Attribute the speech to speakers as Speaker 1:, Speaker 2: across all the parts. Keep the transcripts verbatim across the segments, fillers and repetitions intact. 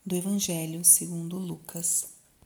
Speaker 1: Do Evangelho segundo Lucas.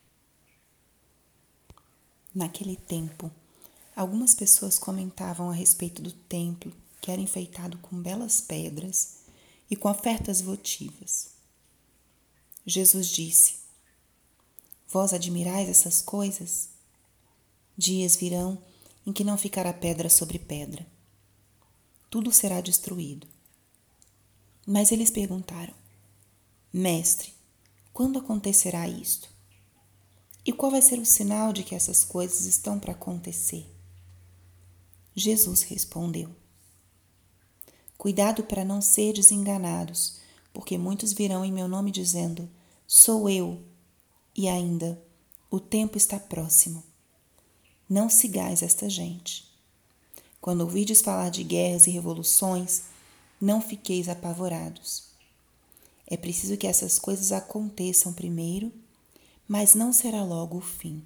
Speaker 1: Naquele tempo, algumas pessoas comentavam a respeito do templo, que era enfeitado com belas pedras e com ofertas votivas. Jesus disse: Vós admirais essas coisas? Dias virão em que não ficará pedra sobre pedra. Tudo será destruído. Mas eles perguntaram: Mestre, quando acontecerá isto? E qual vai ser o sinal de que essas coisas estão para acontecer? Jesus respondeu: Cuidado para não serdes enganados, porque muitos virão em meu nome dizendo: Sou eu, e ainda, o tempo está próximo. Não sigais esta gente. Quando ouvides falar de guerras e revoluções, não fiqueis apavorados. É preciso que essas coisas aconteçam primeiro, mas não será logo o fim.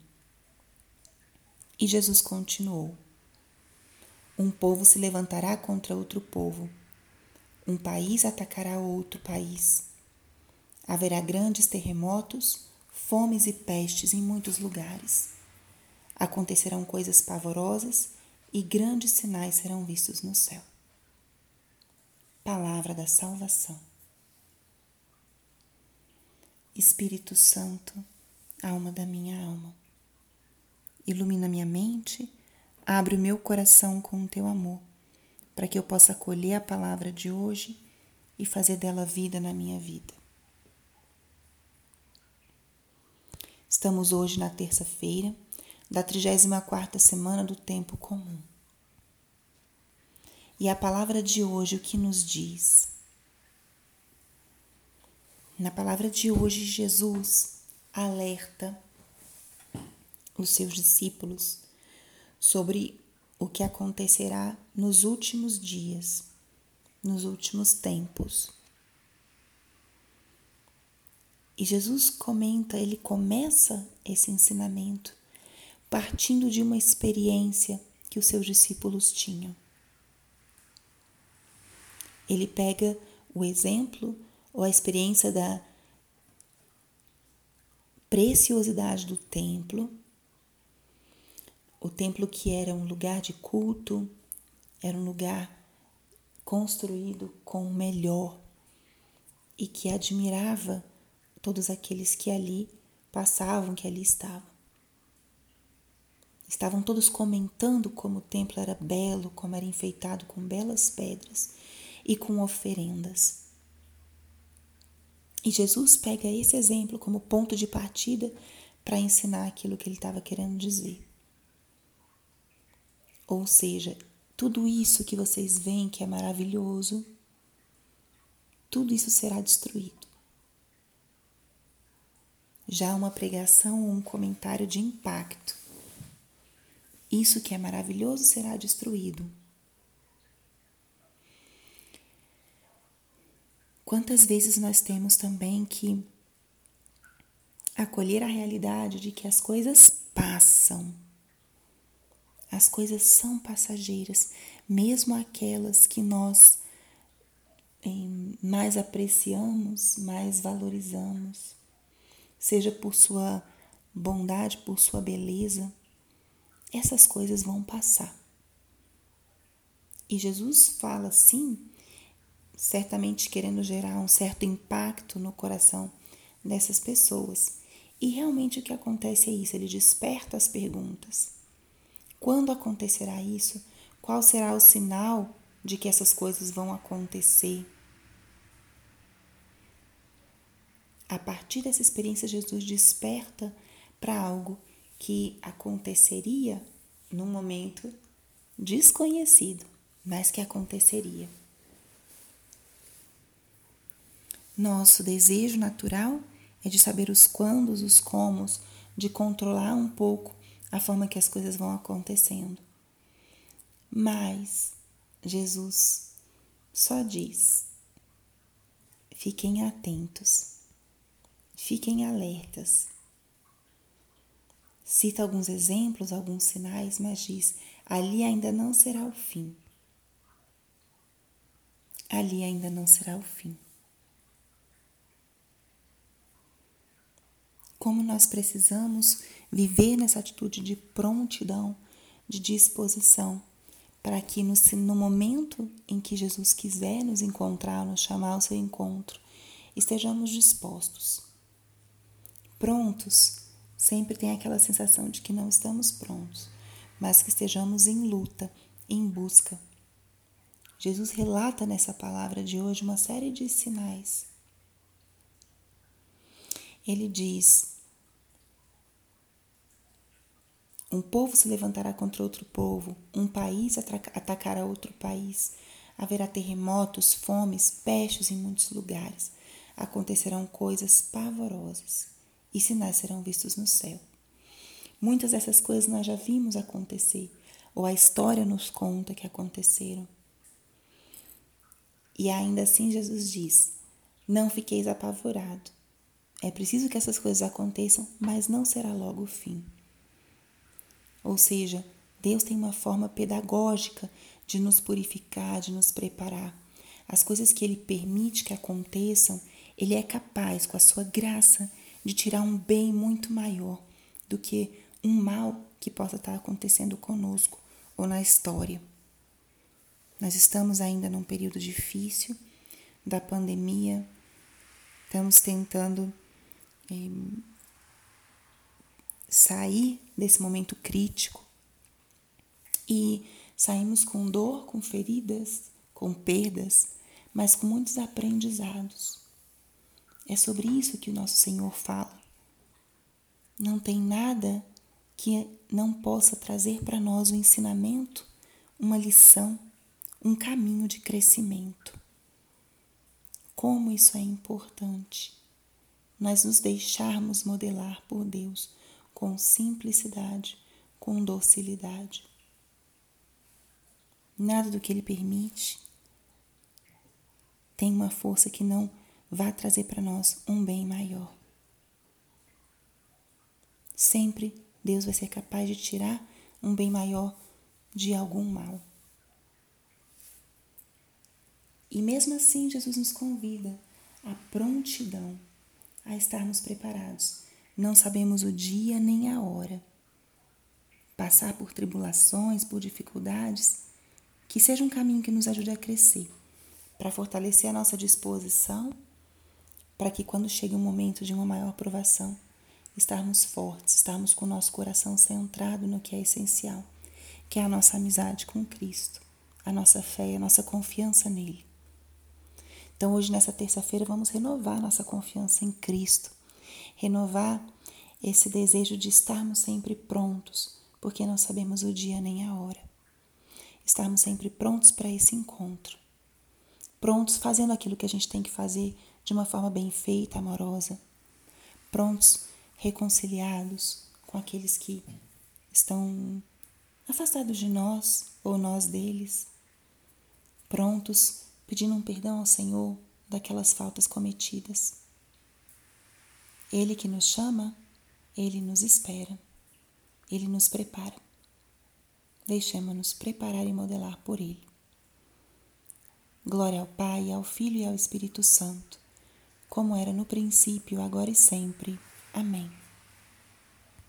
Speaker 1: E Jesus continuou: Um povo se levantará contra outro povo. Um país atacará outro país. Haverá grandes terremotos, fomes e pestes em muitos lugares. Acontecerão coisas pavorosas e grandes sinais serão vistos no céu. Palavra da salvação. Espírito Santo, alma da minha alma, ilumina minha mente, abre o meu coração com o teu amor, para que eu possa acolher a palavra de hoje e fazer dela vida na minha vida. Estamos hoje na terça-feira da trigésima quarta semana do tempo comum. E a palavra de hoje o que nos diz? Na palavra de hoje, Jesus alerta os seus discípulos sobre o que acontecerá nos últimos dias, nos últimos tempos. E Jesus comenta, ele começa esse ensinamento partindo de uma experiência que os seus discípulos tinham. Ele pega o exemplo ou a experiência da preciosidade do templo, o templo que era um lugar de culto, era um lugar construído com o melhor e que admirava todos aqueles que ali passavam, que ali estavam. Estavam todos comentando como o templo era belo, como era enfeitado com belas pedras e com oferendas. E Jesus pega esse exemplo como ponto de partida para ensinar aquilo que ele estava querendo dizer. Ou seja, tudo isso que vocês veem que é maravilhoso, tudo isso será destruído. Já uma pregação ou um comentário de impacto. Isso que é maravilhoso será destruído. Quantas vezes nós temos também que acolher a realidade de que as coisas passam. As coisas são passageiras, mesmo aquelas que nós em, mais apreciamos, mais valorizamos, seja por sua bondade, por sua beleza, essas coisas vão passar. E Jesus fala assim, certamente querendo gerar um certo impacto no coração dessas pessoas. E realmente o que acontece é isso, ele desperta as perguntas. Quando acontecerá isso? Qual será o sinal de que essas coisas vão acontecer? A partir dessa experiência, Jesus desperta para algo que aconteceria num momento desconhecido, mas que aconteceria. Nosso desejo natural é de saber os quandos, os comos, de controlar um pouco a forma que as coisas vão acontecendo. Mas Jesus só diz: fiquem atentos, fiquem alertas. Cita alguns exemplos, alguns sinais, mas diz: ali ainda não será o fim. Ali ainda não será o fim. como nós precisamos viver nessa atitude de prontidão, de disposição, para que no, no momento em que Jesus quiser nos encontrar, nos chamar ao seu encontro, estejamos dispostos. Prontos, sempre tem aquela sensação de que não estamos prontos, mas que estejamos em luta, em busca. Jesus relata nessa palavra de hoje uma série de sinais. Ele diz: um povo se levantará contra outro povo, um país atacará outro país, haverá terremotos, fomes, pestes em muitos lugares, acontecerão coisas pavorosas e sinais serão vistos no céu. Muitas dessas coisas nós já vimos acontecer, ou a história nos conta que aconteceram. E ainda assim Jesus diz: não fiqueis apavorado. É preciso que essas coisas aconteçam, mas não será logo o fim. Ou seja, Deus tem uma forma pedagógica de nos purificar, de nos preparar. As coisas que Ele permite que aconteçam, Ele é capaz, com a sua graça, de tirar um bem muito maior do que um mal que possa estar acontecendo conosco ou na história. Nós estamos ainda num período difícil da pandemia, estamos tentando eh, sair desse momento crítico e saímos com dor, com feridas, com perdas, mas com muitos aprendizados. É sobre isso que o nosso Senhor fala. Não tem nada que não possa trazer para nós um ensinamento, uma lição, um caminho de crescimento. Como isso é importante, nós nos deixarmos modelar por Deus com simplicidade, com docilidade. Nada do que Ele permite tem uma força que não vá trazer para nós um bem maior. Sempre Deus vai ser capaz de tirar um bem maior de algum mal. E mesmo assim, Jesus nos convida à prontidão, a estarmos preparados. Não sabemos o dia nem a hora. Passar por tribulações, por dificuldades, que seja um caminho que nos ajude a crescer, para fortalecer a nossa disposição, para que quando chegue o momento de uma maior provação, estarmos fortes, estarmos com o nosso coração centrado no que é essencial, que é a nossa amizade com Cristo, a nossa fé e a nossa confiança nele. Então hoje, nessa terça-feira, vamos renovar nossa confiança em Cristo, renovar esse desejo de estarmos sempre prontos, porque não sabemos o dia nem a hora. Estarmos sempre prontos para esse encontro, prontos fazendo aquilo que a gente tem que fazer de uma forma bem feita, amorosa, prontos, reconciliados com aqueles que estão afastados de nós ou nós deles, prontos pedindo um perdão ao Senhor daquelas faltas cometidas. Ele que nos chama, Ele nos espera, Ele nos prepara. Deixemos-nos preparar e modelar por Ele. Glória ao Pai, ao Filho e ao Espírito Santo, como era no princípio, agora e sempre. Amém.